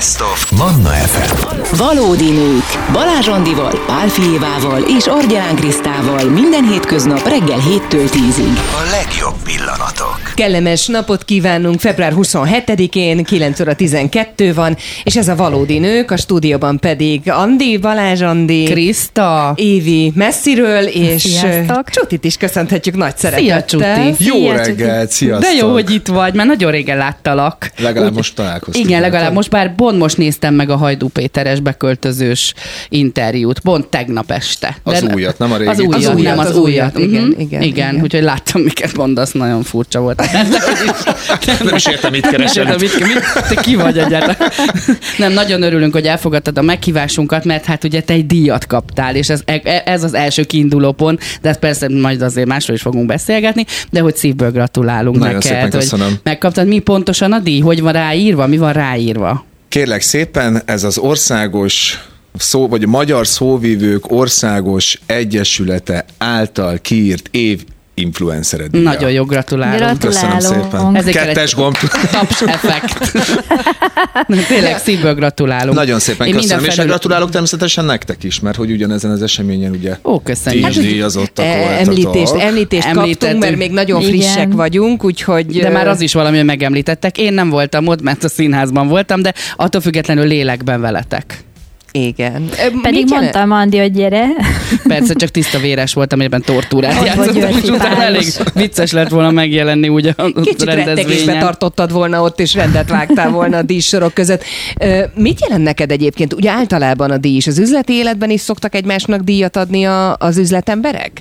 Best of Manna FM. Valódi nők. Balázs Andival, Pál Fijévával és Argyán Krisztával minden hétköznap reggel 7-től 10-ig. A legjobb pillanatok. Kellemes napot kívánunk február 27-én, 9 óra 12 van, és ez a Valódi nők, a stúdióban pedig Andi, Balázs Andi, Kriszta, Évi messziről, és Sziasztok. Csutit is köszönhetjük nagy Szia, szeretettel. Csuti. Jó reggelt, sziasztok! De jó, hogy itt vagy, mert nagyon régen láttalak. Legalább most találkoztunk. Igen, legalább most, bár most néztem meg a Hajdú Péteres beköltözős interjút, pont tegnap este. Az újat, nem a régi. Az újat, nem az újat. Igen. Úgyhogy láttam, miket mondasz, nagyon furcsa volt. Nem is értem, mit keresel. Te ki vagy egyáltalán? Nem, nagyon örülünk, hogy elfogadtad a meghívásunkat, mert hát ugye te egy díjat kaptál, és ez az első kiinduló pont, de ezt persze majd azért másról is fogunk beszélgetni, de hogy szívből gratulálunk nagyon neked, szépen köszönöm. hogy megkaptad. Mi pontosan a díj? Hogy van ráírva? Mi van ráírva? Kérlek szépen, ez az országos vagy a Magyar Szóvivők Országos Egyesülete által kiírt év influencer díja. Nagyon jó, gratulálunk. Köszönöm szépen. Ezért Kettes gomb. Taps effekt. Tényleg szívből gratulálunk. Nagyon szépen köszönöm, és gratulálok természetesen nektek is, mert hogy ugyanezen az eseményen ugye köszönjük. ti is díjazottak voltatok. Említést kaptunk, mert még nagyon frissek vagyunk, úgyhogy... De már az is valami, hogy megemlítettek. Én nem voltam ott, mert a színházban voltam, de attól függetlenül lélekben veletek. Igen. Pedig mondtam, Andi, hogy gyere. Persze, csak tiszta véres voltam, amiben tortúrát játszottam, és utána elég vicces lett volna megjelenni ugye a kicsit rettegésbe tartottad volna ott, és rendet vágtál volna a díjsorok között. Mit jelent neked egyébként? Ugye általában a díj is. Az üzleti életben is szoktak egymásnak díjat adni az üzletemberek?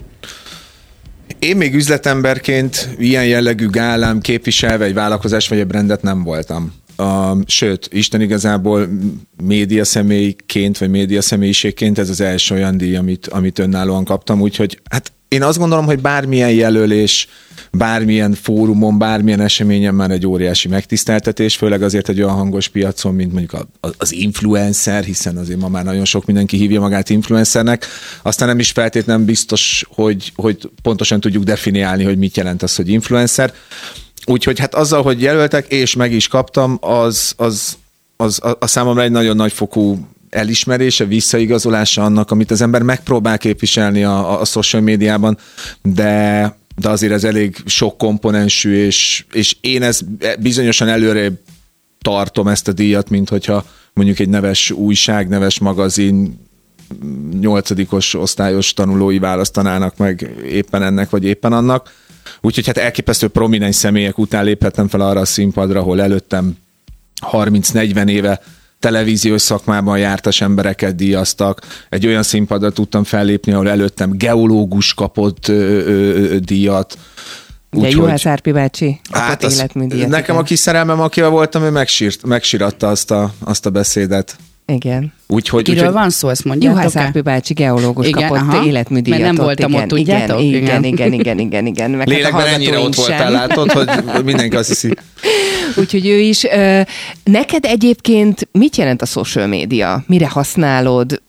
Én még üzletemberként ilyen jellegű gálám képviselve egy vállalkozás vagy egy brandet nem voltam. Sőt, Isten igazából média személyként, vagy média személyiségként ez az első olyan díj, amit önállóan kaptam, úgyhogy hát én azt gondolom, hogy bármilyen jelölés, bármilyen fórumon, bármilyen eseményen már egy óriási megtiszteltetés, főleg azért egy olyan hangos piacon, mint mondjuk az influencer, hiszen azért ma már nagyon sok mindenki hívja magát influencernek, aztán nem is feltétlenül biztos, hogy pontosan tudjuk definiálni, hogy mit jelent az, hogy influencer. Úgyhogy hát azzal, hogy jelöltek, és meg is kaptam, az a számomra egy nagyon nagyfokú elismerése, visszaigazolása annak, amit az ember megpróbál képviselni a social médiában, de azért ez elég sok komponensű, és én ezt bizonyosan előre tartom ezt a díjat, mint hogyha mondjuk egy neves újság, neves magazin 8. osztályos tanulói választanának meg éppen ennek, vagy éppen annak. Úgyhogy hát elképesztő prominens személyek után léphettem fel arra a színpadra, ahol előttem 30-40 éve televíziós szakmában jártas embereket díjaztak. Egy olyan színpadra tudtam fellépni, ahol előttem geológus kapott díjat. Juhász Árpi bácsi kapott életműdíjat. Nekem a kis szerelmem, akivel voltam, ő megsíratta azt a beszédet. Igen. Kiről van szó, ezt mondjátok? Juhász Árpi bácsi geológus kapott életműdíjat. Mert nem voltam ott, tudjátok? Igen. Lélekben ennyire ott voltál, látod, hogy mindenki azt hiszi. Úgyhogy ő is. Neked egyébként mit jelent a social média? Mire használod?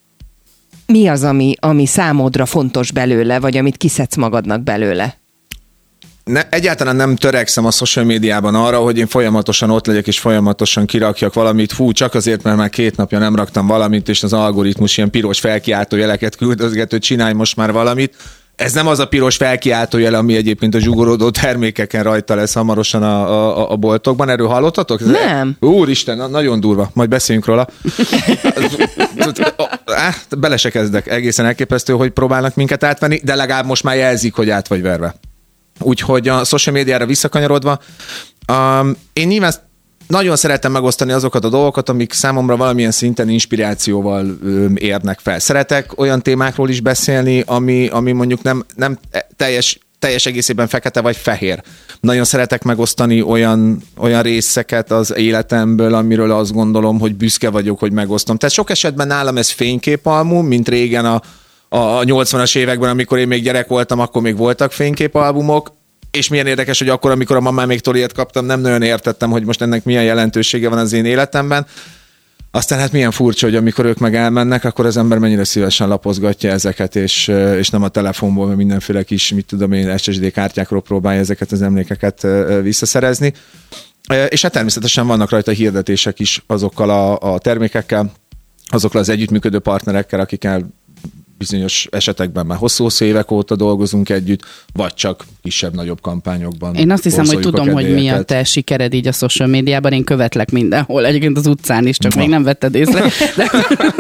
Mi az, ami számodra fontos belőle, vagy amit kiszedsz magadnak belőle? Egyáltalán nem törekszem a social médiában arra, hogy én folyamatosan ott legyek, és folyamatosan kirakjak valamit. Csak azért, mert már 2 napja nem raktam valamit, és az algoritmus ilyen piros felkiáltó jeleket küldözget, hogy csinálj most már valamit. Ez nem az a piros felkiáltójel, ami egyébként a zsugorodó termékeken rajta lesz hamarosan a boltokban. Erről hallottatok? Nem. Úristen, nagyon durva. Majd beszéljünk róla. Bele se kezdek. Egészen elképesztő, hogy próbálnak minket átvenni, de legalább most már jelzik, hogy át vagy verve. Úgyhogy a social médiára visszakanyarodva, én nyilván nagyon szeretem megosztani azokat a dolgokat, amik számomra valamilyen szinten inspirációval érnek fel. Szeretek olyan témákról is beszélni, ami mondjuk nem teljes egészében fekete vagy fehér. Nagyon szeretek megosztani olyan részeket az életemből, amiről azt gondolom, hogy büszke vagyok, hogy megosztom. Tehát sok esetben nálam ez fényképalbum, mint régen a 80-as években, amikor én még gyerek voltam, akkor még voltak fényképalbumok, és milyen érdekes, hogy akkor, amikor a mamáméktól ilyet kaptam, nem nagyon értettem, hogy most ennek milyen jelentősége van az én életemben. Aztán hát milyen furcsa, hogy amikor ők meg elmennek, akkor az ember mennyire szívesen lapozgatja ezeket, és nem a telefonból, mert mindenféle kis, SSD kártyákról próbálja ezeket az emlékeket visszaszerezni. És hát természetesen vannak rajta hirdetések is azokkal a termékekkel, azokkal az együttműködő partnerekkel, akikkel bizonyos esetekben már hosszú évek óta dolgozunk együtt, vagy csak kisebb-nagyobb kampányokban. Én azt hiszem, hogy tudom, hogy mi a te sikered így a social médiában, én követlek mindenhol, egyébként az utcán is, csak még nem vetted észre. De...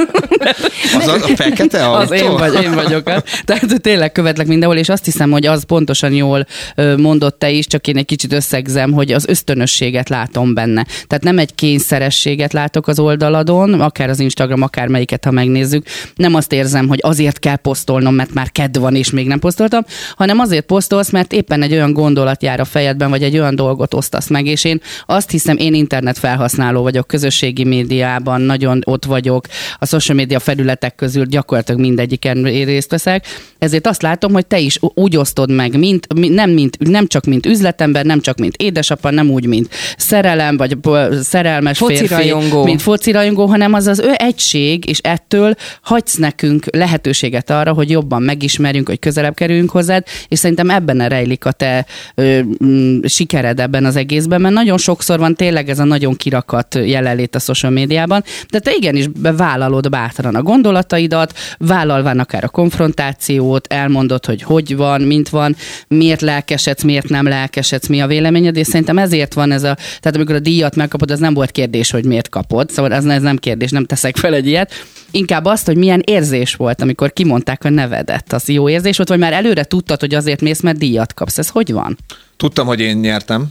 Az a fekete autó? Az én vagyok. Tehát tényleg követlek mindenhol, és azt hiszem, hogy az pontosan jól mondott te is, csak én egy kicsit összegzem, hogy az ösztönösséget látom benne. Tehát nem egy kényszerességet látok az oldaladon, akár az Instagram, akár melyiket, ha megnézzük. Nem azt érzem, hogy azért kell posztolnom, mert már kedd van, és még nem posztoltam, hanem azért posztolsz, mert éppen egy olyan gondolat jár a fejedben, vagy egy olyan dolgot osztasz meg, és én azt hiszem, én internet felhasználó vagyok, közösségi médiában nagyon ott vagyok, a social media felületek közül gyakorlatilag mindegyiken részt veszek, ezért azt látom, hogy te is úgy osztod meg, nem csak mint üzletember, nem csak mint édesapa, nem úgy, mint szerelem, vagy szerelmes férfi, mint focirajongó, hanem az egység, és ettől hagysz nekünk lehetőséget arra, hogy jobban megismerjünk, hogy közelebb kerüljünk hozzád, és szerintem ebben rejlik a te sikered ebben az egészben, mert nagyon sokszor van tényleg ez a nagyon kirakat jelenlét a social médiában, de te igenis vállalod bátran a gondolataidat, vállalván akár a konfrontációt, elmondod, hogy van, mint van, miért lelkesedsz, miért nem lelkesedsz, mi a véleményed, és szerintem ezért van ez tehát amikor a díjat megkapod, az nem volt kérdés, hogy miért kapod, szóval ez nem kérdés, nem teszek fel egy ilyet, inkább azt, hogy milyen érzés volt, amikor kimondták a nevedet. Az jó érzés volt, vagy már előre tudtad, hogy azért mész, mert díjat kapsz. Ez hogy van? Tudtam, hogy én nyertem,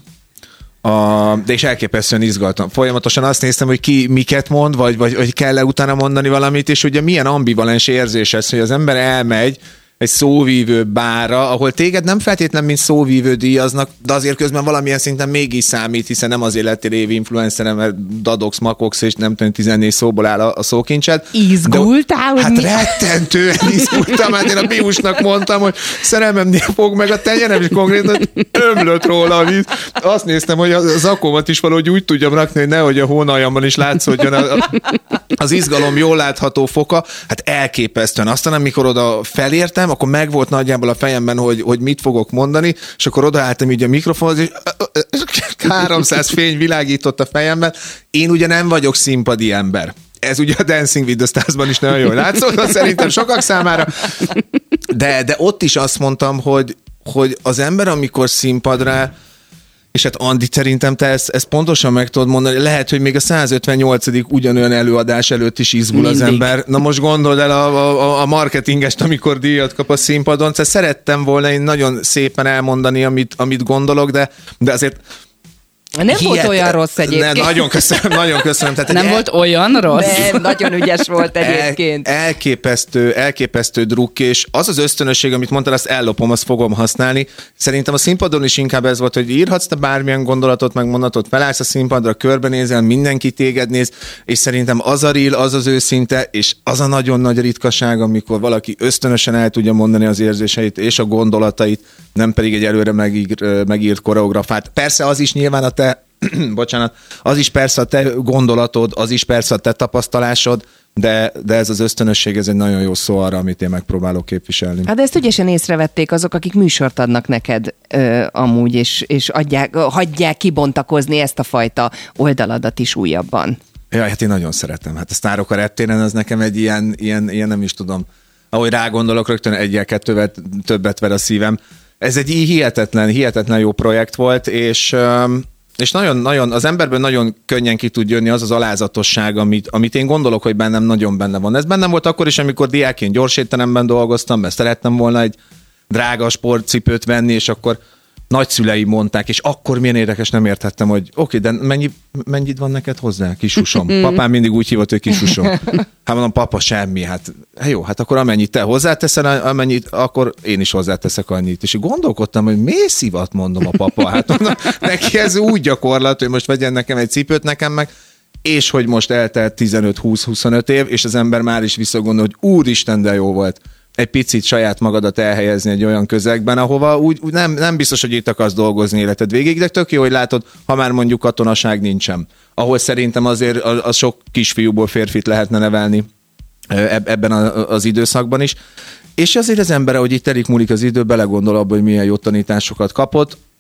de és elképesztően izgaltam. Folyamatosan azt néztem, hogy ki miket mond, vagy kell-e utána mondani valamit, és ugye milyen ambivalens érzés ez, hogy az ember elmegy egy szóvívő bárra, ahol téged nem feltétlen mint szóvívő díjaznak, de azért közben valamilyen szinten mégis számít, hiszen nem azért lettél évi influencer, mert dadogsz, makogsz, és nem tudom, 14 szóból áll a szókincsed. Izgultál? Hát rettentően izgultam, hát én a Biusnak mondtam, hogy szerelmemnél fog meg a tenyerem, és konkrétan ömlött róla a víz. Azt néztem, hogy az zakómat is valahogy úgy tudjam rakni, hogy nehogy a hónaljamban is látszódjon az izgalom jól látható foka. Hát elképesztően. Aztán, amikor oda felértem, akkor megvolt nagyjából a fejemben, hogy mit fogok mondani, és akkor odaálltam így a mikrofonhoz, és 300 fény világított a fejemben. Én ugye nem vagyok színpadi ember. Ez ugye a Dancing with the Stars-ban is nagyon jól látszott, szerintem sokak számára. De ott is azt mondtam, hogy az ember, amikor színpadra, és hát Andi, szerintem te ezt pontosan meg tudod mondani, lehet, hogy még a 158. ugyanolyan előadás előtt is izgul mindig az ember. Na most gondold el a marketingest, amikor díjat kap a színpadon. Tehát szerettem volna én nagyon szépen elmondani, amit gondolok, de azért nem volt olyan rossz egyébként. Nagyon köszönöm. Tehát nem volt olyan rossz? Nem, nagyon ügyes volt egyébként. Elképesztő drukk, és az ösztönösség, amit mondtál, azt ellopom, azt fogom használni. Szerintem a színpadon is inkább ez volt, hogy írhatsz te bármilyen gondolatot, meg mondatot, felállsz a színpadra, körbenézel, mindenki téged néz, és szerintem az a real, az őszinte, és az a nagyon nagy ritkaság, amikor valaki ösztönösen el tudja mondani az érzéseit és a gondolatait, nem pedig egy előre megírt koreografát. Persze az is nyilván a te, az is persze a te gondolatod, az is persze a te tapasztalásod, de ez az ösztönösség, ez egy nagyon jó szó arra, amit én megpróbálok képviselni. Hát de ezt ügyesen észrevették azok, akik műsort adnak neked amúgy, és hagyják kibontakozni ezt a fajta oldaladat is újabban. Ja, hát én nagyon szeretem. Hát a Sztárok a reptéren, az nekem egy ilyen nem is tudom, ahogy rágondolok, rögtön egyel-kettővel többet ver a szívem. Ez egy hihetetlen jó projekt volt, és nagyon, az emberből nagyon könnyen ki tud jönni az alázatosság, amit én gondolok, hogy bennem nagyon benne van. Ez bennem volt akkor is, amikor diákként gyarsétteremben dolgoztam, mert szerettem volna egy drága sportcipőt venni, és akkor nagyszüleim mondták, és akkor milyen érdekes, nem értettem, hogy oké, de mennyit van neked hozzá, kisusom? Papám mindig úgy hívott, hogy kisusom. Hát mondom, papa, semmi, hát jó, hát akkor amennyit te hozzáteszel, amennyit, akkor én is hozzáteszek annyit. És gondolkodtam, hogy miért szivat, mondom a papa, hát mondom, neki ez úgy gyakorlat, hogy most vegyen nekem egy cipőt, nekem meg, és hogy most eltelt 15-20-25 év, és az ember már is visszagondol, hogy úristen, de jó volt egy picit saját magadat elhelyezni egy olyan közegben, ahova úgy nem biztos, hogy itt akarsz dolgozni életed végig, de tök jó, hogy látod, ha már mondjuk katonaság nincsen. Ahol szerintem azért az sok kisfiúból férfit lehetne nevelni ebben az időszakban is. És azért az ember, ahogy itt telik múlik az idő, belegondol abba, hogy milyen jó tanításokat kapott,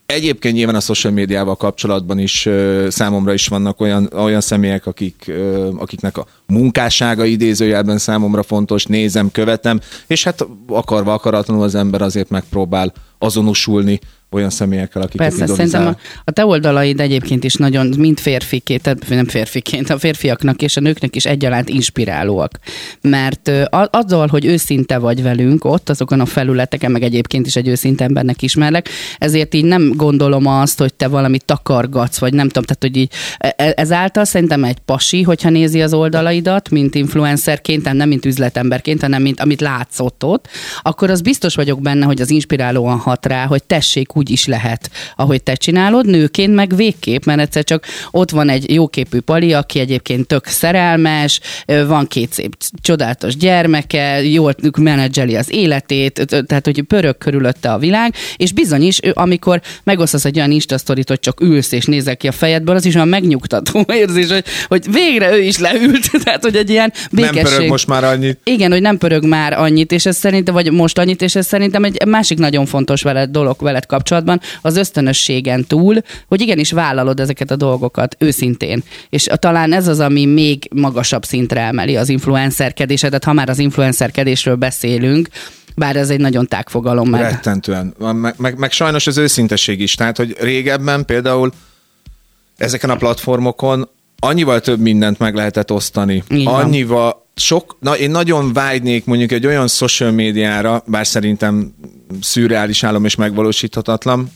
Egyébként nyilván a social médiával kapcsolatban is számomra is vannak olyan személyek, akiknek a munkássága idézőjelben számomra fontos, nézem, követem, és hát akarva akaratlanul az ember azért megpróbál azonosulni olyan személyekkel, akiket idolizál. Persze, szerintem a te oldalaid egyébként is nagyon, mind férfiként, tehát nem férfiként, a férfiaknak és a nőknek is egyaránt inspirálóak. Mert azzal, hogy őszinte vagy velünk ott, azokon a felületeken, meg egyébként is egy őszinte embernek ismerlek, ezért így nem gondolom azt, hogy te valamit takargatsz, vagy nem tudom, tehát hogy így ezáltal szerintem egy pasi, hogyha nézi az oldalaidat, mint influencerként, nem mint üzletemberként, hanem mint amit látszott ott, akkor az biztos vagyok benne, hogy az inspirálóan hat rá, hogy tessék, úgy is lehet, ahogy te csinálod, nőként meg végképp, mert egyszer csak ott van egy jóképű pali, aki egyébként tök szerelmes, van 2 szép csodálatos gyermeke, jól menedzseli az életét, tehát hogy pörög körülötte a világ, és bizony is, amikor megosztasz egy olyan Insta-sztorit, hogy csak ülsz és nézel ki a fejedből, az is olyan megnyugtató érzés, hogy végre ő is leült, tehát hogy egy ilyen békesség. Nem pörög most már annyit. Igen, hogy nem pörög már annyit, és ez szerintem, vagy most annyit, és ez szerintem egy másik nagyon fontos dolog veled kapcsolatban, az ösztönösségen túl, hogy igenis vállalod ezeket a dolgokat őszintén. És talán ez az, ami még magasabb szintre emeli az influencerkedésedet, ha már az influencerkedésről beszélünk, bár ez egy nagyon tág fogalom meg. Rettentően. Meg sajnos az őszintesség is. Tehát, hogy régebben például ezeken a platformokon annyival több mindent meg lehetett osztani. Annyival én nagyon vágynék mondjuk egy olyan social médiára, bár szerintem szürreális álom és megvalósíthatatlan.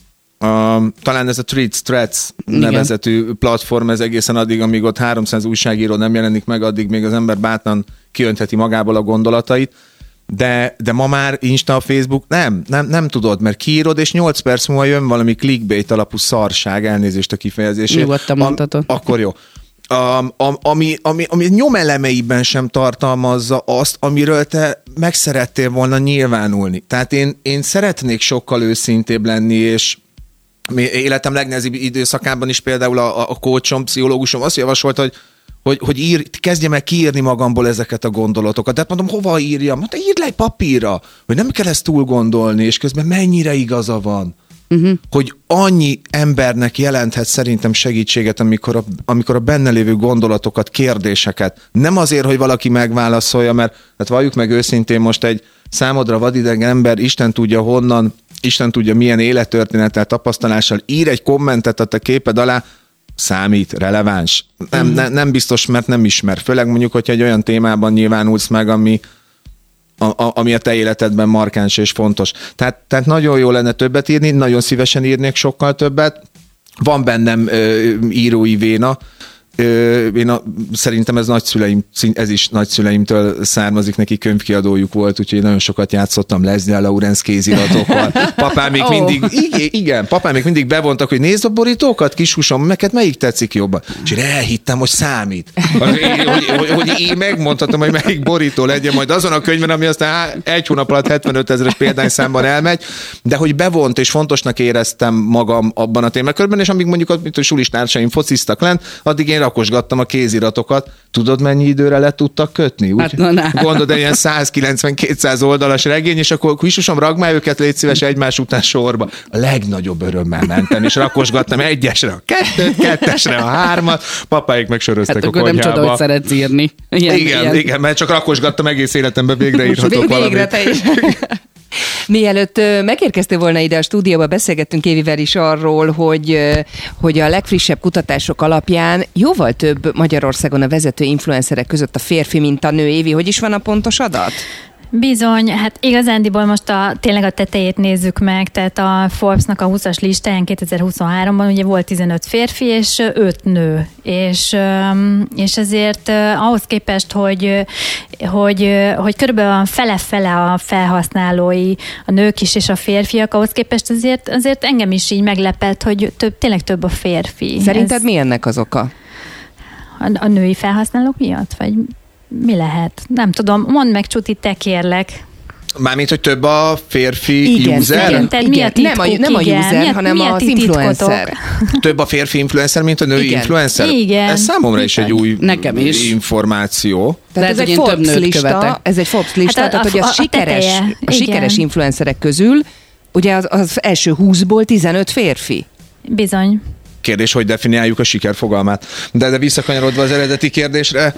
Talán ez a Threads nevezetű platform, ez egészen addig, amíg ott 300 újságíró nem jelenik meg, addig még az ember bátran kiöntheti magából a gondolatait. De ma már Insta, Facebook, nem tudod, mert kiírod, és 8 perc múlva jön valami clickbait alapú szarság, elnézést a kifejezését. Nyugodtan mondhatod. Akkor jó. Ami nyomelemeiben sem tartalmazza azt, amiről te meg szerettél volna nyilvánulni. Tehát én szeretnék sokkal őszintébb lenni, és életem legnehezebb időszakában is például a coachom, pszichológusom azt javasolta, hogy kezdjem meg kiírni magamból ezeket a gondolatokat. Tehát mondom, hova írjam? Hát írd le egy papírra, hogy nem kell ezt túl gondolni, és közben mennyire igaza van. Hogy annyi embernek jelenthet szerintem segítséget, amikor a benne lévő gondolatokat, kérdéseket, nem azért, hogy valaki megválaszolja, mert hát valljuk meg őszintén, most egy számodra vadidegen ember, Isten tudja honnan, Isten tudja milyen élettörténettel, tapasztalással ír egy kommentet a te képed alá, számít, releváns. Nem biztos, mert nem ismer. Főleg mondjuk, hogyha egy olyan témában nyilvánulsz meg, ami a te életedben markáns és fontos. Tehát nagyon jó lenne többet írni, nagyon szívesen írnék sokkal többet. Van bennem írói véna. Szerintem ez is nagyszüleimtől származik, neki könyvkiadójuk volt, úgyhogy nagyon sokat játszottam Leslie Lawrence kéziratokkal. Papám még mindig bevontak, hogy nézd a borítókat, kishúsom, neked melyik tetszik jobban? És én elhittem, hogy számít. Hogy én megmondhatom, hogy melyik borító legyen majd azon a könyvben, ami aztán egy hónap alatt 75 000-es példányszámban elmegy, de hogy bevont és fontosnak éreztem magam abban a témakörben, és amíg mondjuk a sulis társaim fociztak lent, addig én rakosgattam a kéziratokat. Tudod, mennyi időre le tudtak kötni? Gondolod, egy ilyen 190-200 oldalas regény, és akkor Kisusom, ragd már őket, légy szíves egymás után sorba. A legnagyobb örömmel mentem, és rakosgattam 1-esre a 2-t, 2-esre a 3-at, papáik megsoroztak a konyhába. Nem csoda, hogy szeretsz írni. Igen, mert csak rakosgattam egész életemben, végre írhatok valamit. Mielőtt megérkeztél volna ide a stúdióba, beszélgettünk Évivel is arról, hogy a legfrissebb kutatások alapján jóval több Magyarországon a vezető influencerek között a férfi, mint a nő. Évi, hogy is van a pontos adat? Bizony, hát igazándiból most tényleg a tetejét nézzük meg, tehát a Forbes-nak a 20-as listáján 2023-ban ugye volt 15 férfi és 5 nő, és ezért ahhoz képest, hogy körülbelül fele-fele a felhasználói, a nők is és a férfiak, ahhoz képest azért engem is így meglepett, hogy tényleg több a férfi. Szerinted mi ennek az oka? A női felhasználók miatt? Vagy mi lehet? Nem tudom. Mondd meg, Csuti, te kérlek. Mármint, hogy több a férfi user? Igen, tehát mi a titkuk? Nem a user, hanem az influencer. Több a férfi influencer, mint a női influencer? Igen. Ez számomra is egy új információ. Tehát ez egy Forbes lista, tehát hogy a sikeres influencerek közül Ugye az első 20-ból 15 férfi. Bizony. Kérdés, hogy definiáljuk a siker fogalmát. De visszakanyarodva az eredeti kérdésre,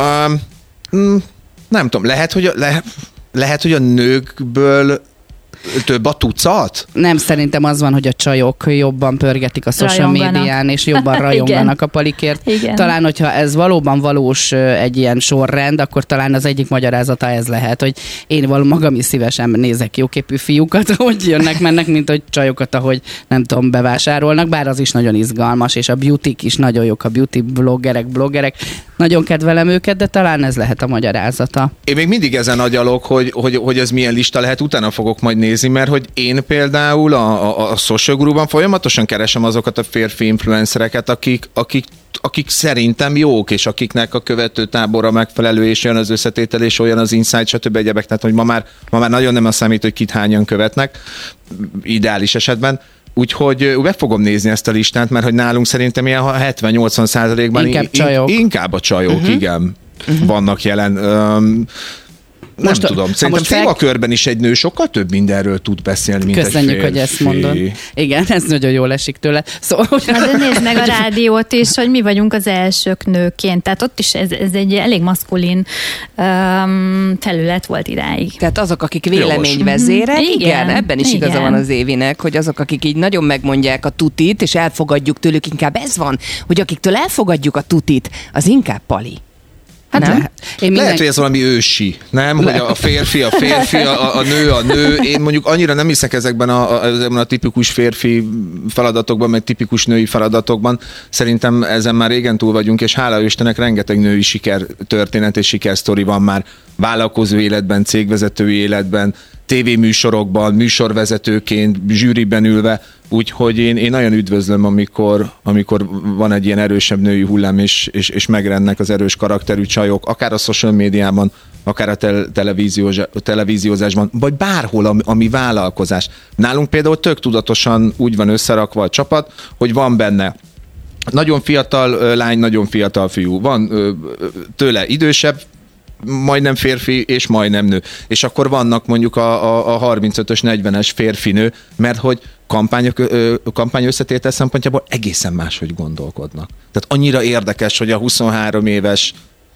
nem tudom, lehet, hogy a nőkből több a tucat? Nem, szerintem az van, hogy a csajok jobban pörgetik a social Rajonganak. médián, és jobban rajonganak a palikért. Igen. Talán, hogyha ez valóban valós egy ilyen sorrend, akkor talán az egyik magyarázata ez lehet, hogy én magam is szívesen nézek jóképű fiúkat, hogy jönnek, mennek, mint hogy csajokat, ahogy nem tudom, bevásárolnak, bár az is nagyon izgalmas, és a beauty-k is nagyon jók, a beauty bloggerek, nagyon kedvelem őket, de talán ez lehet a magyarázata. Én még mindig ezen agyalok, hogy ez milyen lista lehet, utána fogok majd nézni, mert hogy én például a social groupban folyamatosan keresem azokat a férfi influencereket, akik szerintem jók, és akiknek a követőtábora megfelelő, és olyan az összetétel, és olyan az insight, stb. Egyebek. Tehát, hogy ma már nagyon nem az számít, hogy kit hányan követnek, ideális esetben. Úgyhogy meg fogom nézni ezt a listát, mert hogy nálunk szerintem ilyen 70-80%-ban inkább a csajok, igen, vannak jelen. Most nem tudom. Szerintem témakörben is egy nő sokkal több mindenről tud beszélni, mint köszönjük, egy férfi. hogy ezt mondod. Igen, ez nagyon jól esik tőle. Szóval, de nézd meg a rádiót is, hogy mi vagyunk az elsők nőként. Tehát ott is ez egy elég maszkulin felület volt idáig. Tehát azok, akik véleményvezérek, igen, ebben is igaza van az Évinek, hogy azok, akik így nagyon megmondják a tutit, és elfogadjuk tőlük, inkább ez van, hogy akiktől elfogadjuk a tutit, az inkább Pali. Hát lehet, hogy ez valami ősi, nem? Hogy a férfi, a nő. Én mondjuk annyira nem hiszek ezekben a tipikus férfi feladatokban, meg tipikus női feladatokban. Szerintem ezen már régen túl vagyunk, és hála Istennek rengeteg női sikertörténet és sikersztori van már vállalkozó életben, cégvezetői életben, tévéműsorokban, műsorvezetőként, zsűriben ülve, úgyhogy én nagyon üdvözlöm, amikor van egy ilyen erősebb női hullám, és megrennek az erős karakterű csajok, akár a social médiában, akár a televíziózásban, vagy bárhol, ami vállalkozás. Nálunk például tök tudatosan úgy van összerakva a csapat, hogy van benne nagyon fiatal lány, nagyon fiatal fiú, van tőle idősebb, majdnem férfi és majdnem nő. És akkor vannak mondjuk a 35-ös, 40-es férfinő, mert hogy kampány összetétel szempontjából egészen máshogy gondolkodnak. Tehát annyira érdekes, hogy a 23 éves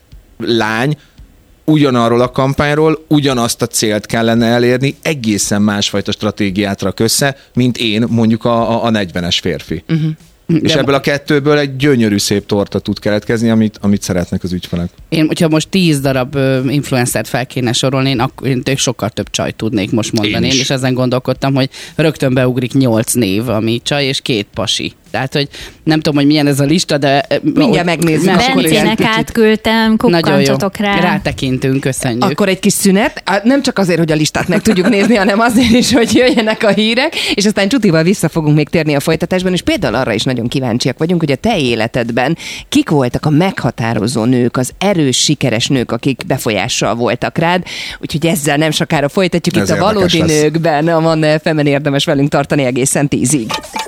lány ugyanarról a kampányról ugyanazt a célt kellene elérni, egészen másfajta stratégiát rak össze, mint én, mondjuk a 40-es férfi. Uh-huh. És ebből a kettőből egy gyönyörű szép torta tud keletkezni, amit szeretnek az ügyfelek. Én, hogyha most 10 darab influencert fel kéne sorolni, én sokkal több csaj tudnék most mondani. Én is ezen gondolkodtam, hogy rögtön beugrik 8 név, ami csaj és 2 pasi. Tehát, hogy nem tudom, hogy milyen ez a lista, de... Mindjárt megnézzük. Bencének átküldtem, kukkantsatok rá. Rátekintünk, köszönjük. Akkor egy kis szünet, nem csak azért, hogy a listát meg tudjuk nézni, hanem azért is, hogy jöjjenek a hírek, és aztán Csutival vissza fogunk még térni a folytatásban, és például arra is nagyon kíváncsiak vagyunk, hogy a te életedben kik voltak a meghatározó nők, az erős, sikeres nők, akik befolyással voltak rád. Úgyhogy ezzel nem sokára folytatjuk ez itt a Valódi Nőkben. A Manna FM-en érdemes velünk tartani egészen 10-ig.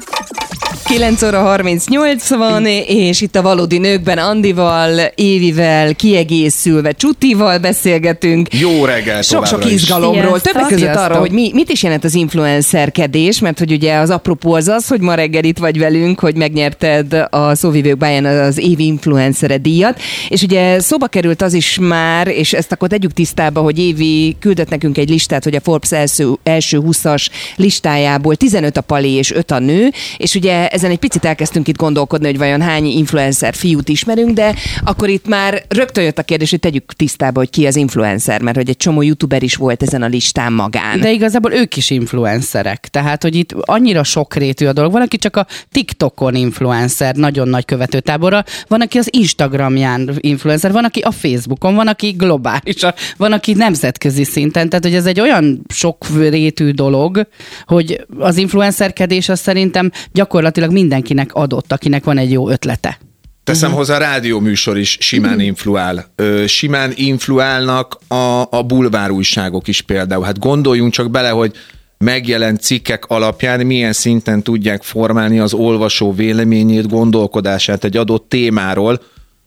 9 óra 38 van, és itt a Valódi Nőkben Andival, Évivel, kiegészülve Csutival beszélgetünk. Jó reggel Sok izgalomról. Sziasztok. Többek között arra, hogy mit is jelent az influencerkedés, mert hogy ugye az apropó az, hogy ma reggel itt vagy velünk, hogy megnyerted a Szóvivők Báján az évi influencere díjat, és ugye szóba került az is már, és ezt akkor tegyük tisztába, hogy Évi küldött nekünk egy listát, hogy a Forbes első 20-as listájából 15 a Pali és 5 a nő, és ugye ezen egy picit elkezdtünk itt gondolkodni, hogy vajon hány influencer fiút ismerünk, de akkor itt már rögtön jött a kérdés, hogy tegyük tisztába, hogy ki az influencer, mert hogy egy csomó youtuber is volt ezen a listán magán. De igazából ők is influencerek. Tehát, hogy itt annyira sokrétű a dolog. Van, aki csak a TikTokon influencer, nagyon nagy követőtábora, van, aki az Instagramján influencer, van, aki a Facebookon, van, aki globális, van, aki nemzetközi szinten. Tehát, hogy ez egy olyan sokrétű dolog, hogy az influencerkedés az szerintem gyakorlatilag mindenkinek adott, akinek van egy jó ötlete. Teszem hozzá, a rádióműsor is simán influál. Simán influálnak a bulvárújságok is például. Hát gondoljunk csak bele, hogy megjelent cikkek alapján milyen szinten tudják formálni az olvasó véleményét, gondolkodását egy adott témáról,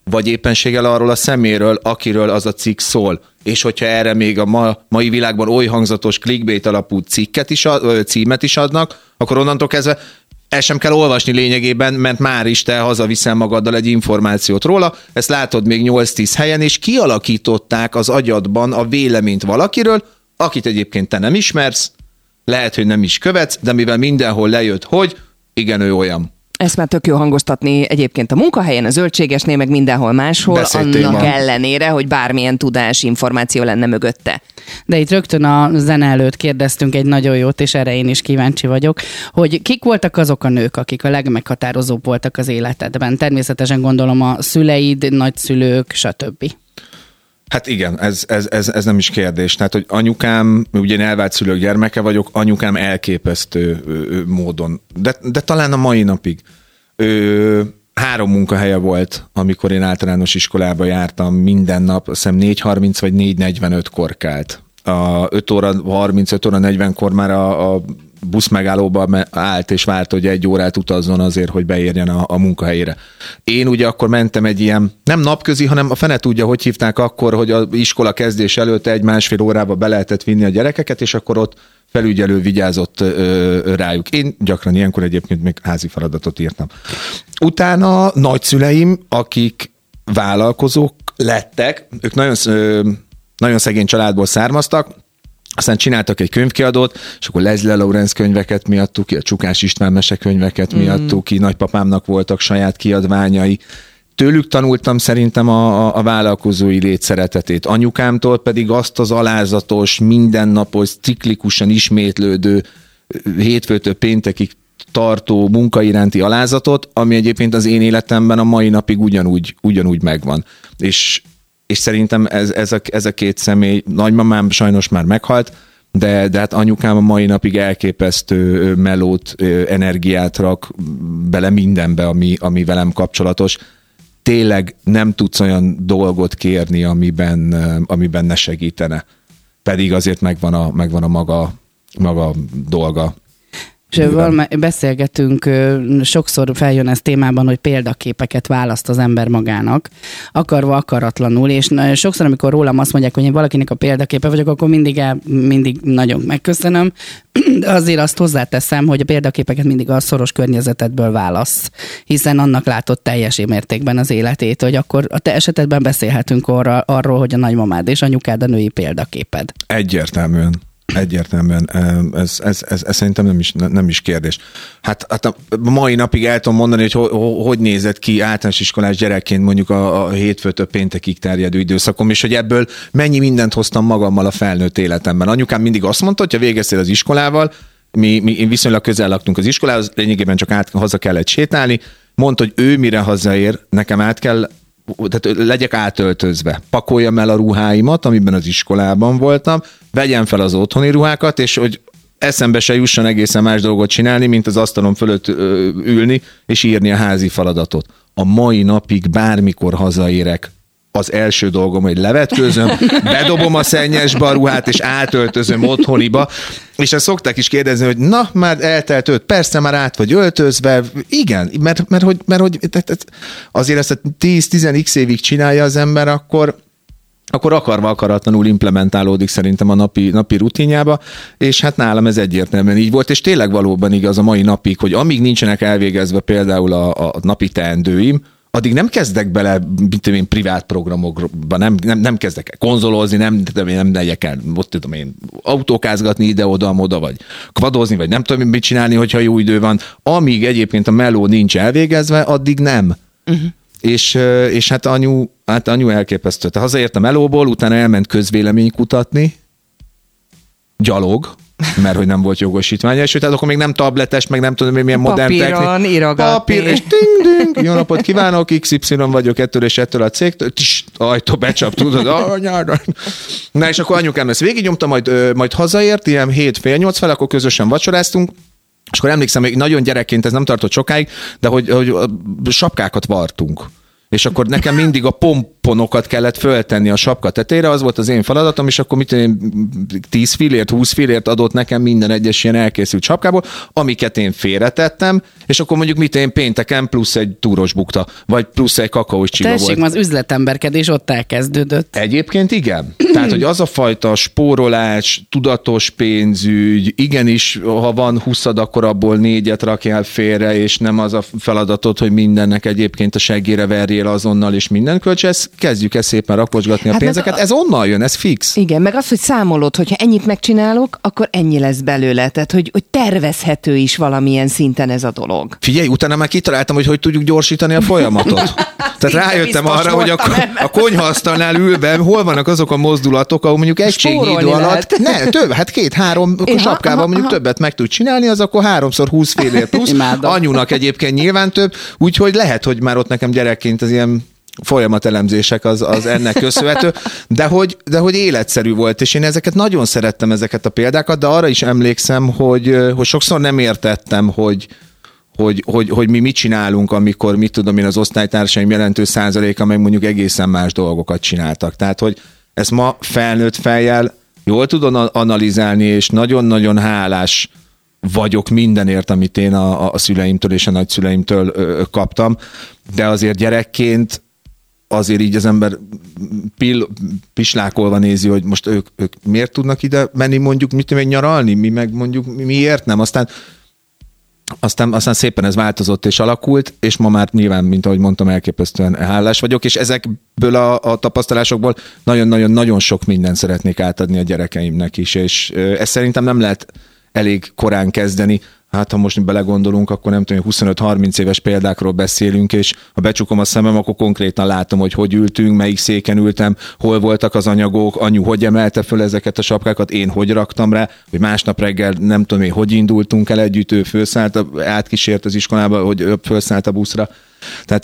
vagy éppenséggel arról a szeméről, akiről az a cikk szól. És hogyha erre még a mai világban oly hangzatos clickbait alapú címet is adnak, akkor onnantól kezdve el sem kell olvasni lényegében, mert már is te hazaviszel magaddal egy információt róla, ezt látod még 8-10 helyen, és kialakították az agyadban a véleményt valakiről, akit egyébként te nem ismersz, lehet, hogy nem is követsz, de mivel mindenhol lejött, hogy igen, ő olyan. Ezt már tök jó hangoztatni egyébként a munkahelyen, a zöldségesnél, meg mindenhol máshol, annak ellenére, hogy bármilyen tudás, információ lenne mögötte. De itt rögtön a zene előtt kérdeztünk egy nagyon jót, és erre én is kíváncsi vagyok, hogy kik voltak azok a nők, akik a legmeghatározóbb voltak az életedben? Természetesen gondolom a szüleid, nagyszülők, stb. Hát igen, ez nem is kérdés. Tehát, hogy anyukám, ugye én elvált szülők gyermeke vagyok, anyukám elképesztő módon, de talán a mai napig. 3 munkahelye volt, amikor én általános iskolába jártam minden nap, azt hiszem 4:30 vagy 4:45-kor kelt. 5 óra 30, 5 óra 40-kor már a busz megállóba állt és várt, hogy 1 órát utazzon azért, hogy beérjen a munkahelyére. Én ugye akkor mentem egy ilyen, nem napközi, hanem a fene tudja, hogy hívták akkor, hogy az iskola kezdés előtt 1-1,5 órába be lehetett vinni a gyerekeket, és akkor ott felügyelő vigyázott rájuk. Én gyakran ilyenkor egyébként még házi feladatot írtam. Utána nagyszüleim, akik vállalkozók lettek, ők nagyon szegény családból származtak, aztán csináltak egy könyvkiadót, és akkor Leslie Lawrence könyveket miattuk ki, a Csukás István mesekönyveket miattuk ki, nagypapámnak voltak saját kiadványai. Tőlük tanultam szerintem a vállalkozói létszeretetét. Anyukámtól pedig azt az alázatos, mindennapos, ciklikusan ismétlődő, hétfőtől péntekig tartó munka iránti alázatot, ami egyébként az én életemben a mai napig ugyanúgy megvan. És szerintem ez a 2 személy, nagymamám sajnos már meghalt, de hát anyukám a mai napig elképesztő melót, energiát rak bele mindenbe, ami velem kapcsolatos. Tényleg nem tudsz olyan dolgot kérni, amiben ne segítene. Pedig azért megvan a maga dolga. És beszélgetünk, sokszor feljön ez témában, hogy példaképeket választ az ember magának, akarva, akaratlanul, és sokszor, amikor rólam azt mondják, hogy én valakinek a példaképe vagyok, akkor mindig nagyon megköszönöm, de azért azt hozzáteszem, hogy a példaképeket mindig a szoros környezetedből válasz, hiszen annak látod teljes mértékben az életét, hogy akkor a te esetedben beszélhetünk arról, hogy a nagymamád és anyukád a női példaképed. Egyértelműen, ez szerintem nem is kérdés. Hát a mai napig el tudom mondani, hogy nézett ki általános iskolás gyerekként mondjuk a hétfőtől péntekig terjedő időszakom, és hogy ebből mennyi mindent hoztam magammal a felnőtt életemben. Anyukám mindig azt mondta, hogy ha végeztél az iskolával, mi viszonylag közel laktunk az iskolához, lényegében csak haza kellett sétálni, mondta, hogy ő mire hazaér, nekem tehát legyek átöltözve, pakoljam el a ruháimat, amiben az iskolában voltam, vegyem fel az otthoni ruhákat, és hogy eszembe se jusson egészen más dolgot csinálni, mint az asztalon fölött ülni, és írni a házi feladatot. A mai napig bármikor hazaérek, az első dolgom, hogy levetkőzöm, bedobom a szennyesbe a ruhát, és átöltözöm otthoniba, és ezt szokták is kérdezni, hogy na, már eltelt 5 persze, már át vagy öltözve. Igen, mert hogy azért ezt a 10-10x évig csinálja az ember, akkor akarva akaratlanul implementálódik szerintem a napi rutinjába, és hát nálam ez egyértelműen így volt, és tényleg valóban igaz a mai napig, hogy amíg nincsenek elvégezve például a napi teendőim, addig nem kezdek bele, mint én, privát programokba, nem kezdek el konzolozni, nem megyek el, ott tudom én, autókázgatni ide-oda, vagy kvadozni, vagy nem tudom mit csinálni, hogyha jó idő van. Amíg egyébként a meló nincs elvégezve, addig nem. Uh-huh. És hát anyu elképesztő. Tehát hazaért a melóból, utána elment közvélemény kutatni, gyalog, mert hogy nem volt jogosítványa, és tehát akkor még nem tabletes, meg nem tudom, milyen modern technik. Papíron írogatni. Papír, és ding, jó napot kívánok, XY vagyok ettől és ettől a cégtől, ajtó becsap, tudod, na és akkor anyukám ezt végignyomta, majd hazaért, ilyen 7-8 fel, akkor közösen vacsoráztunk, és akkor emlékszem, még nagyon gyerekként ez nem tartott sokáig, de hogy sapkákat vartunk. És akkor nekem mindig a kuponokat kellett föltenni a sapka tetejére, az volt az én feladatom, és akkor 10 fillért, 20 fillért adott nekem minden egyes ilyen elkészült sapkából, amiket én félretettem, és akkor mondjuk én pénteken plusz egy túros bukta, vagy plusz egy kakaós csiga volt. Tessék, az üzletemberkedés ott elkezdődött. Egyébként igen. Tehát, hogy az a fajta spórolás, tudatos pénzügy, igenis, ha van 20-ad, akkor abból 4-et rakjál félre, és nem az a feladatod, hogy mindennek egyébként a seggére verjél azonnal, és minden kölcs, kezdjük ezt szépen rakosgatni a pénzeket. Ez onnan jön, ez fix. Igen, meg az, hogy számolod, hogyha ennyit megcsinálok, akkor ennyi lesz belőle. Tehát, hogy tervezhető is valamilyen szinten ez a dolog. Figyelj, utána már kitaláltam, hogy tudjuk gyorsítani a folyamatot. Tehát rájöttem arra, hogy a konyhaasztalnál ülve hol vannak azok a mozdulatok, ahol mondjuk egységidő alatt, több, hát 2-3 sapkával mondjuk többet meg tud csinálni, az akkor 3x20 félért plusz. Anyunak egyébként nyilván több, úgyhogy lehet, hogy már ott nekem gyerekként az ilyen folyamatelemzések az ennek köszönhető, de hogy életszerű volt, és én ezeket nagyon szerettem, ezeket a példákat, de arra is emlékszem, hogy sokszor nem értettem, hogy mi mit csinálunk, amikor, mit tudom én, az osztálytársaim jelentős százaléka meg mondjuk egészen más dolgokat csináltak. Tehát, hogy ezt ma felnőtt fejjel jól tudom analizálni, és nagyon-nagyon hálás vagyok mindenért, amit én a szüleimtől és a nagyszüleimtől kaptam, de azért gyerekként azért így az ember pislákolva nézi, hogy most ők miért tudnak ide menni mondjuk, mit tudom én, nyaralni, mi meg mondjuk miért nem, aztán szépen ez változott és alakult, és ma már nyilván, mint ahogy mondtam, elképesztően hálás vagyok, és ezekből a tapasztalásokból nagyon-nagyon-nagyon sok mindent szeretnék átadni a gyerekeimnek is, és ezt szerintem nem lehet elég korán kezdeni. Hát ha most belegondolunk, akkor nem tudom, 25-30 éves példákról beszélünk, és ha becsukom a szemem, akkor konkrétan látom, hogy ültünk, melyik széken ültem, hol voltak az anyagok, anyu hogy emelte föl ezeket a sapkákat, én hogy raktam rá, hogy másnap reggel nem tudom én, hogy indultunk el együtt, ő fölszállt, átkísért az iskolába, hogy ő fölszállt a buszra. Tehát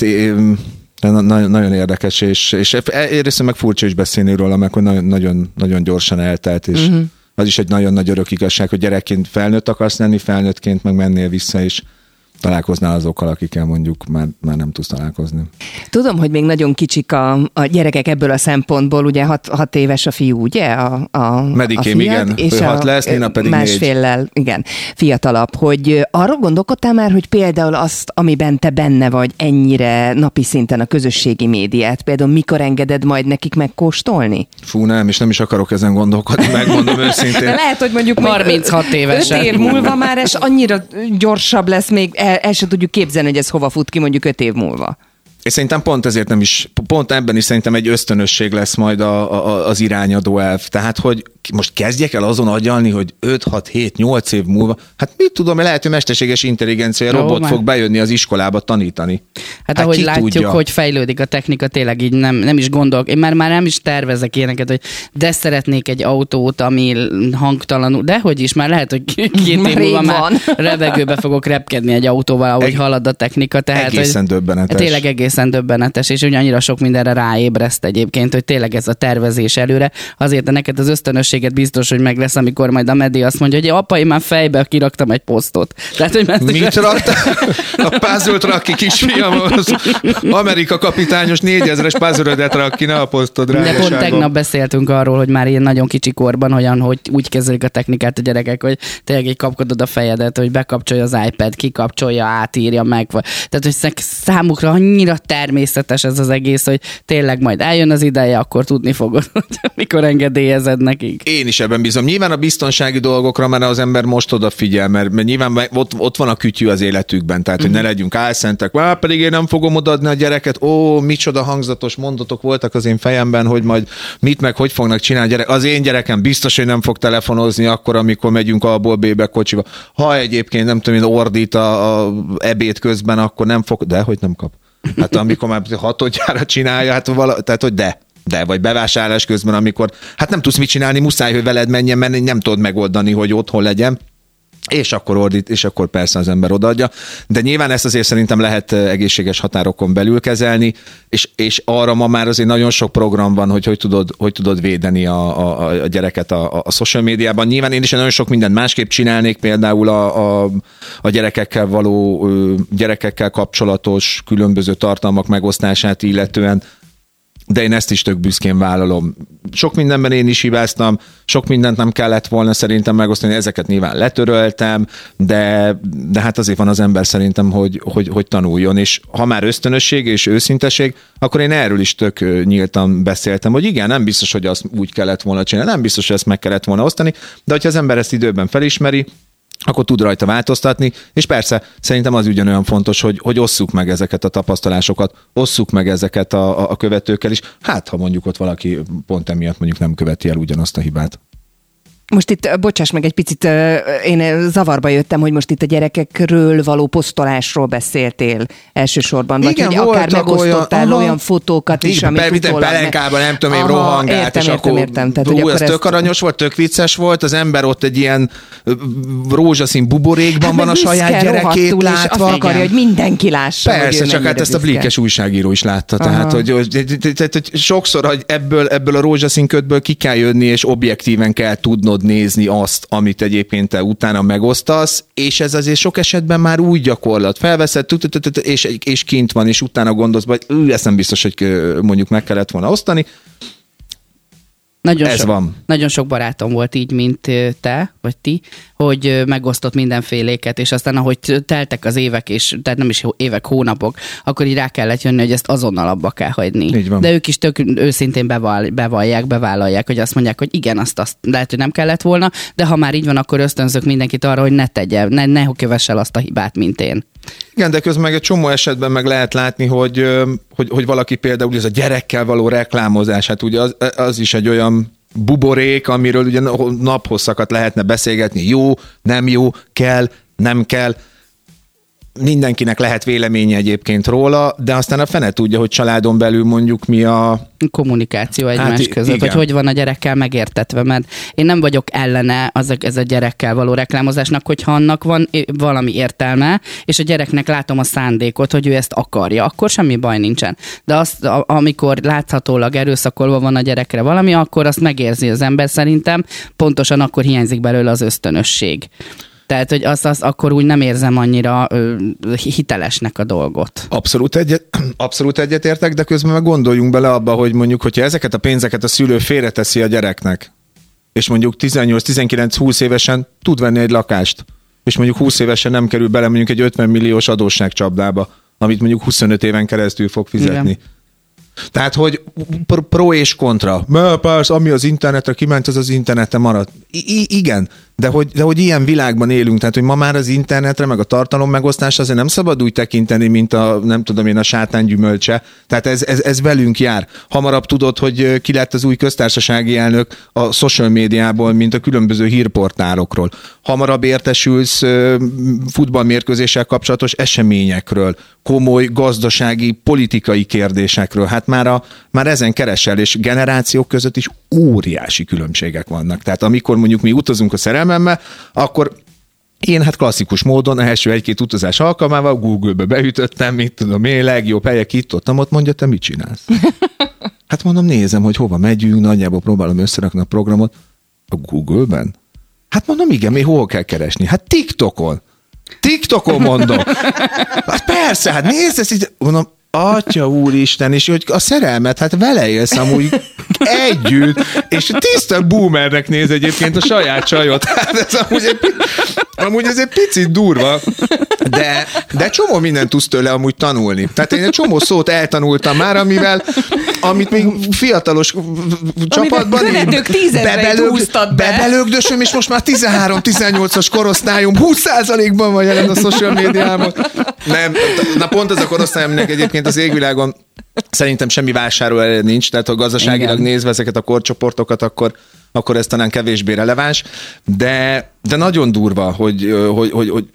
nagyon érdekes, és egyrészt meg furcsa is beszélni róla, meg hogy nagyon gyorsan eltelt, és az is egy nagyon nagy örök igazság, hogy gyerekként felnőtt akarsz lenni, felnőttként meg mennél vissza, és találkoznál azokkal, akikkel mondjuk már nem tudsz találkozni. Tudom, hogy még nagyon kicsik a gyerekek ebből a szempontból, ugye 6 éves a fiú, ugye? Medikém, igen, és ő 6 lesz, Nina pedig 4. Másféllel, igen, fiatalabb, hogy arról gondolkodtál már, hogy például azt, amiben te benne vagy ennyire napi szinten a közösségi médiát, például mikor engeded majd nekik megkóstolni? Fú, nem, és nem is akarok ezen gondolkodni, megmondom őszintén. De lehet, hogy mondjuk 36 évesen. 5 év múlva már ez annyira gyorsabb lesz, még el sem tudjuk képzelni, hogy ez hova fut ki mondjuk 5 év múlva. És szerintem pont ebben is szerintem egy ösztönösség lesz majd az irányadó elv. Tehát, hogy most kezdjek el azon agyalni, hogy 5-6-7-8 év múlva, hát mit tudom, lehet, hogy mesterséges intelligencia robot fog bejönni az iskolába tanítani. Hát ahogy látjuk, hogy fejlődik a technika, tényleg így nem is gondolok. Én már nem is tervezek ilyeneket, hogy de szeretnék egy autót, ami hangtalanul, de hogy is, már lehet, hogy 2 év múlva már revegőbe fogok repkedni egy autóval, ahogy halad a technika. Tehát, egészen döbbenetes. Tényleg egészen döbbenetes, és ugye annyira sok mindenre ráébreszt egyébként, hogy tényleg ez a tervezés előre. Azért, de neked az ösztönösséget biztos, hogy meg lesz, amikor majd a Medi azt mondja, hogy apa, én már fejbe kiraktam egy posztot. Tehát, hogy mit raktál? A puzzle-t rak ki, kisfiam, az Amerika kapitányos 4000-es puzzle-ödet rak ki, ne a posztod rá. De pont tegnap beszéltünk arról, hogy már ilyen nagyon kicsi korban, hogy úgy kezelik a technikát a gyerekek, hogy tényleg így kapkodod a fejedet, hogy bekapcsolja az iPad, kikapcsolja, átírja meg. Tehát, hogy számukra annyira természetes ez az egész, hogy tényleg majd eljön az ideje, akkor tudni fogod, mikor engedélyezed nekik. Én is ebben bízom. Nyilván a biztonsági dolgokra már az ember most odafigyel, mert nyilván ott van a kütyű az életükben, tehát hogy ne legyünk álszentek, pedig én nem fogom odaadni a gyereket, micsoda hangzatos mondatok voltak az én fejemben, hogy majd mit meg hogy fognak csinálni gyerek. Az én gyerekem biztos, hogy nem fog telefonozni akkor, amikor megyünk A-ból B-be kocsiba. Ha egyébként nem tudom, én ordít a ebéd közben, akkor nem fog, de hogy nem kap. Hát amikor már 6-odjára csinálja, tehát hogy de, vagy bevásárlás közben, amikor hát nem tudsz mit csinálni, muszáj, hogy veled menjen, mert nem tudod megoldani, hogy otthon legyen, és akkor ordít, és akkor persze az ember odaadja. De nyilván ezt azért szerintem lehet egészséges határokon belül kezelni, és arra ma már azért nagyon sok program van, hogy tudod védeni a gyereket a social médiában. Nyilván én is nagyon sok mindent másképp csinálnék, például a gyerekekkel kapcsolatos különböző tartalmak megosztását illetően. de én ezt is tök büszkén vállalom. Sok mindenben én is hibáztam, sok mindent nem kellett volna szerintem megosztani, ezeket nyilván letöröltem, de hát azért van az ember szerintem, hogy tanuljon, és ha már ösztönösség és őszinteség, akkor én erről is tök nyíltan beszéltem, hogy igen, nem biztos, hogy azt úgy kellett volna csinálni, nem biztos, hogy ezt meg kellett volna osztani, de hogyha az ember ezt időben felismeri, akkor tud rajta változtatni, és persze szerintem az ugyanolyan fontos, hogy osszuk meg ezeket a tapasztalásokat, osszuk meg ezeket a követőkkel is, hát ha mondjuk ott valaki pont emiatt mondjuk nem követi el ugyanazt a hibát. Most itt, bocsáss meg egy picit, én zavarba jöttem, hogy most itt a gyerekekről való posztolásról beszéltél elsősorban, vagy igen, hogy akár megosztottál olyan fotókat is, amit utólag... Pelenkában, nem tudom én, rohangált, és akkor ez tök aranyos volt, tök vicces volt, az ember ott egy ilyen rózsaszín buborékban van a saját gyerekét látva. Azt akarja, hogy mindenki lássa. Persze, csak hát ezt a Blikes újságíró is látta, tehát hogy sokszor, hogy ebből a rózsaszín ködből ki kell jönni, és objektíven kell tudnod nézni azt, amit egyébként te utána megosztasz, és ez azért sok esetben már úgy gyakorlat. Felveszed, és kint van, és utána gondolsz, hogy ezt nem biztos, hogy mondjuk meg kellett volna osztani. Nagyon sok barátom volt így, mint te, vagy ti, hogy megosztott mindenféléket, és aztán ahogy teltek az évek, és tehát nem is évek, hónapok, akkor így rá kellett jönni, hogy ezt azonnal abba kell hagyni. De ők is tök őszintén bevállalják, hogy azt mondják, hogy igen, azt lehet, hogy nem kellett volna, de ha már így van, akkor ösztönzök mindenkit arra, hogy ne tegye, ne kövess el azt a hibát, mint én. Igen, de közben meg egy csomó esetben meg lehet látni, hogy valaki például ez a gyerekkel való reklámozás, hát ugye az is egy olyan buborék, amiről ugye naphosszakat lehetne beszélgetni. Jó, nem jó, kell, nem kell. Mindenkinek lehet véleménye egyébként róla, de aztán a fene tudja, hogy családon belül mondjuk mi a... kommunikáció egymás között, hogy van a gyerekkel megértetve, mert én nem vagyok ellene ez a gyerekkel való reklámozásnak, hogyha annak van valami értelme, és a gyereknek látom a szándékot, hogy ő ezt akarja, akkor semmi baj nincsen. De azt, amikor láthatólag erőszakolva van a gyerekre valami, akkor azt megérzi az ember szerintem, pontosan akkor hiányzik belőle az ösztönösség. Tehát, hogy azt akkor úgy nem érzem annyira hitelesnek a dolgot. Abszolút egyetértek, de közben meg gondoljunk bele abba, hogy mondjuk, hogyha ezeket a pénzeket a szülő félreteszi a gyereknek, és mondjuk 18-19-20 évesen tud venni egy lakást, és mondjuk 20 évesen nem kerül bele mondjuk egy 50 milliós adósságcsapdába, amit mondjuk 25 éven keresztül fog fizetni. Igen. Tehát, hogy pro és kontra. Persze, ami az internetre kiment, az interneten marad. Igen, de hogy ilyen világban élünk, tehát, hogy ma már az internetre, meg a tartalom megosztás azért nem szabad úgy tekinteni, mint a sátán gyümölcse. Tehát ez velünk jár. Hamarabb tudod, hogy ki lett az új köztársasági elnök a social médiából, mint a különböző hírportálokról. Hamarabb értesülsz futballmérkőzéssel kapcsolatos eseményekről, komoly gazdasági, politikai kérdésekről. Hát már ezen keresel, és generációk között is óriási különbségek vannak. Tehát amikor mondjuk mi utazunk a szerelmemmel, akkor én hát klasszikus módon első egy-két utazás alkalmával Google-be beütöttem, mit tudom én, legjobb helyek ott, mondja, te mit csinálsz? Hát mondom, nézem, hogy hova megyünk, nagyjából próbálom összerakni a programot. A Google-ben? Hát mondom, igen, még hol kell keresni? Hát TikTokon mondom. Hát persze, hát nézd ezt, mondom, Atya úristen, és hogy a szerelmet, hát vele élsz amúgy együtt, és tiszta boomernek néz egyébként a saját csajot. Hát ez amúgy ez egy picit durva, de csomó mindent tudsz tőle amúgy tanulni. Tehát én egy csomó szót eltanultam már, amit még fiatalos csapatban bebelögdösöm, és most már 13-18-as korosztályom 20%-ban van jelen a social médiában. Nem, na pont ez a korosztály, aminek egyébként az égvilágon szerintem semmi vásároló nincs, tehát ha gazdaságilag nézve ezeket a korcsoportokat, akkor ez talán kevésbé releváns, de nagyon durva, hogy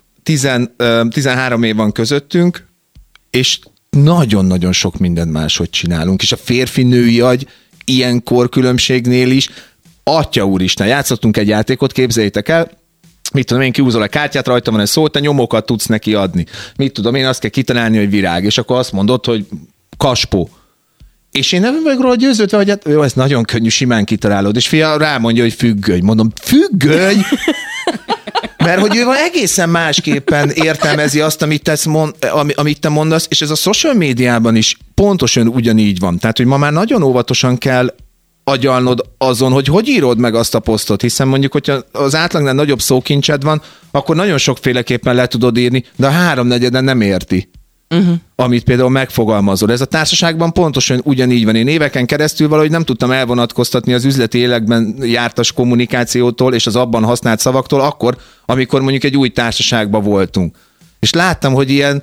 13 év van közöttünk, és nagyon-nagyon sok mindent máshogy csinálunk, és a férfi-női agy ilyen korkülönbségnél is, atya úristen, játszottunk egy játékot, képzeljétek el, mit tudom én, kiúzol a kártyát, rajta van egy szó, te nyomokat tudsz neki adni. Mit tudom én, azt kell kitalálni, hogy virág, és akkor azt mondod, hogy kaspó. És én nem vagyok róla győződve, hogy hát, jó, ez nagyon könnyű, simán kitalálod, és fia rámondja, hogy függöny. Mondom, függöny? Mert hogy ő van egészen másképpen értelmezi azt, amit te mondasz, és ez a social médiában is pontosan ugyanígy van. Tehát, hogy ma már nagyon óvatosan kell agyalnod azon, hogy írod meg azt a posztot, hiszen mondjuk, hogyha az átlagnál nagyobb szókincsed van, akkor nagyon sokféleképpen le tudod írni, de a 3/4 nem érti. Amit például megfogalmazol. Ez a társaságban pontosan ugyanígy van. Én éveken keresztül valahogy nem tudtam elvonatkoztatni az üzleti életben jártas kommunikációtól és az abban használt szavaktól akkor, amikor mondjuk egy új társaságban voltunk. És láttam, hogy ilyen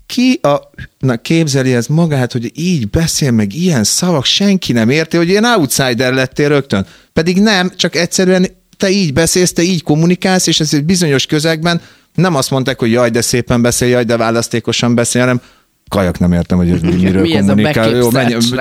képzeli ez magát, hogy így beszél, meg ilyen szavak, senki nem érti, hogy ilyen outsider lettél rögtön. Pedig nem, csak egyszerűen te így beszélsz, te így kommunikálsz, és ez egy bizonyos közegben nem azt mondták, hogy jaj, de szépen beszél, jaj, de választékosan beszél, hanem kajak nem értem, hogy ez miről kommunikál. Jó,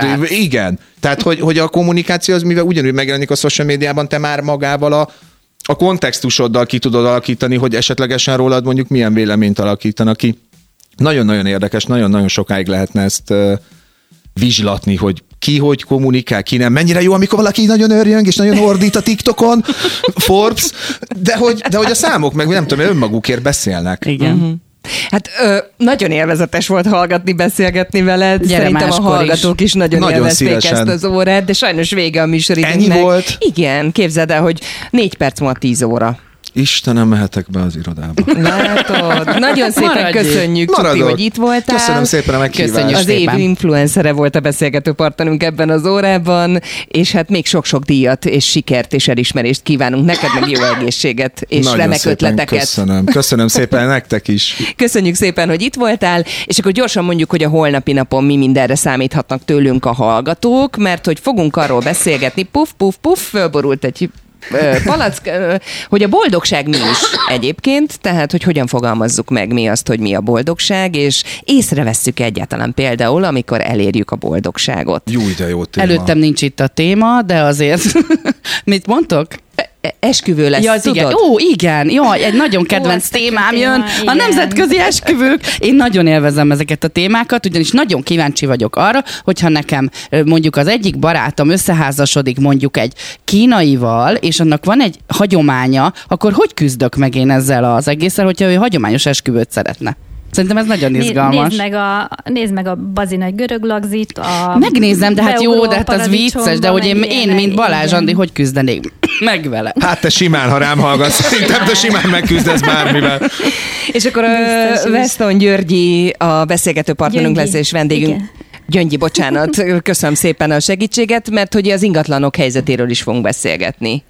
igen. Tehát, hogy a kommunikáció az, mivel ugyanúgy megjelenik a social médiában, te már magával a kontextusoddal ki tudod alakítani, hogy esetlegesen rólad mondjuk milyen véleményt alakítanak ki. Nagyon-nagyon érdekes, nagyon-nagyon sokáig lehetne ezt vizslatni, hogy ki hogy kommunikál, ki nem. Mennyire jó, amikor valaki nagyon örjöng, és nagyon ordít a TikTokon, Forbes, de hogy a számok meg nem tudom, önmagukért beszélnek. Igen. Hát nagyon élvezetes volt hallgatni, beszélgetni veled. Gyere, szerintem a hallgatók is nagyon élvezték szívesen. ezt az órát, de sajnos vége a műsoridőnknek. Ennyi volt? Igen, képzeld el, hogy 4 perc múlva 10 óra. Istenem, mehetek be az irodába. Látod? Nagyon szépen Maradj. köszönjük, Csupi, hogy itt voltál. Köszönöm szépen a meghívást. Köszönjük Az év szépen. influencere volt a beszélgető partnerünk ebben az órában, és hát még sok-sok díjat és sikert és elismerést kívánunk neked, meg jó egészséget és Nagyon remek szépen ötleteket. Köszönöm szépen nektek is. Köszönjük szépen, hogy itt voltál, és akkor gyorsan mondjuk, hogy a holnapi napon mi mindenre számíthatnak tőlünk a hallgatók, mert hogy fogunk arról beszélgetni, fölborult egy palack, hogy a boldogság mi is egyébként, tehát hogy hogyan fogalmazzuk meg mi azt, hogy mi a boldogság, és észrevesszük egyáltalán például, amikor elérjük a boldogságot. Jó, de jó téma. Előttem nincs itt a téma, de azért... Mit mondtok? Esküvő lesz, Ja, tudod? igen. Ó, igen. Jaj, egy nagyon kedvenc témám jön. A nemzetközi esküvők. Én nagyon élvezem ezeket a témákat, ugyanis nagyon kíváncsi vagyok arra, hogyha nekem mondjuk az egyik barátom összeházasodik mondjuk egy kínaival, és annak van egy hagyománya, akkor hogy küzdök meg én ezzel az egésszel, hogyha ő hagyományos esküvőt szeretne? Szerintem ez nagyon izgalmas. Nézd meg a bazinagy görög lagzit. Megnézem, de hát jó, de hát az vicces, de hogy én mint Balázs Andi, hogy küzdenék meg vele? Hát te simán, ha rám hallgatsz, szerintem te simán megküzdesz bármivel. És akkor a Weston Györgyi a beszélgető partnerünk lesz, és vendégünk. Igen. Gyöngyi, bocsánat, köszönöm szépen a segítséget, mert hogy az ingatlanok helyzetéről is fogunk beszélgetni.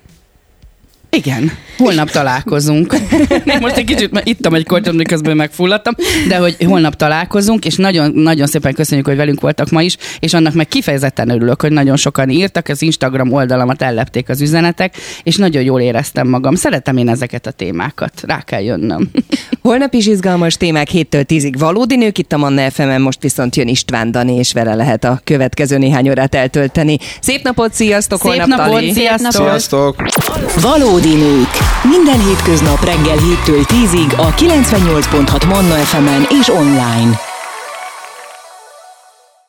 Igen, holnap találkozunk. Most egy kicsit ittam egy kortyot, miközben megfulladtam, de hogy holnap találkozunk, és nagyon, nagyon szépen köszönjük, hogy velünk voltak ma is, és annak meg kifejezetten örülök, hogy nagyon sokan írtak, az Instagram oldalamat ellepték az üzenetek, és nagyon jól éreztem magam. Szeretem én ezeket a témákat, rá kell jönnöm. Holnap is izgalmas témák 7-től 10-ig valódi nők, itt a Manna FM-en, most viszont jön István Dani, és vele lehet a következő néhány órát eltölteni. Szép napot, sziasztok! Szép holnap, napot, Tali. sziasztok! Sziasztok! Valódi nők. Minden hétköznap reggel 7-től 10-ig a 98.6 Manna FM-en és online.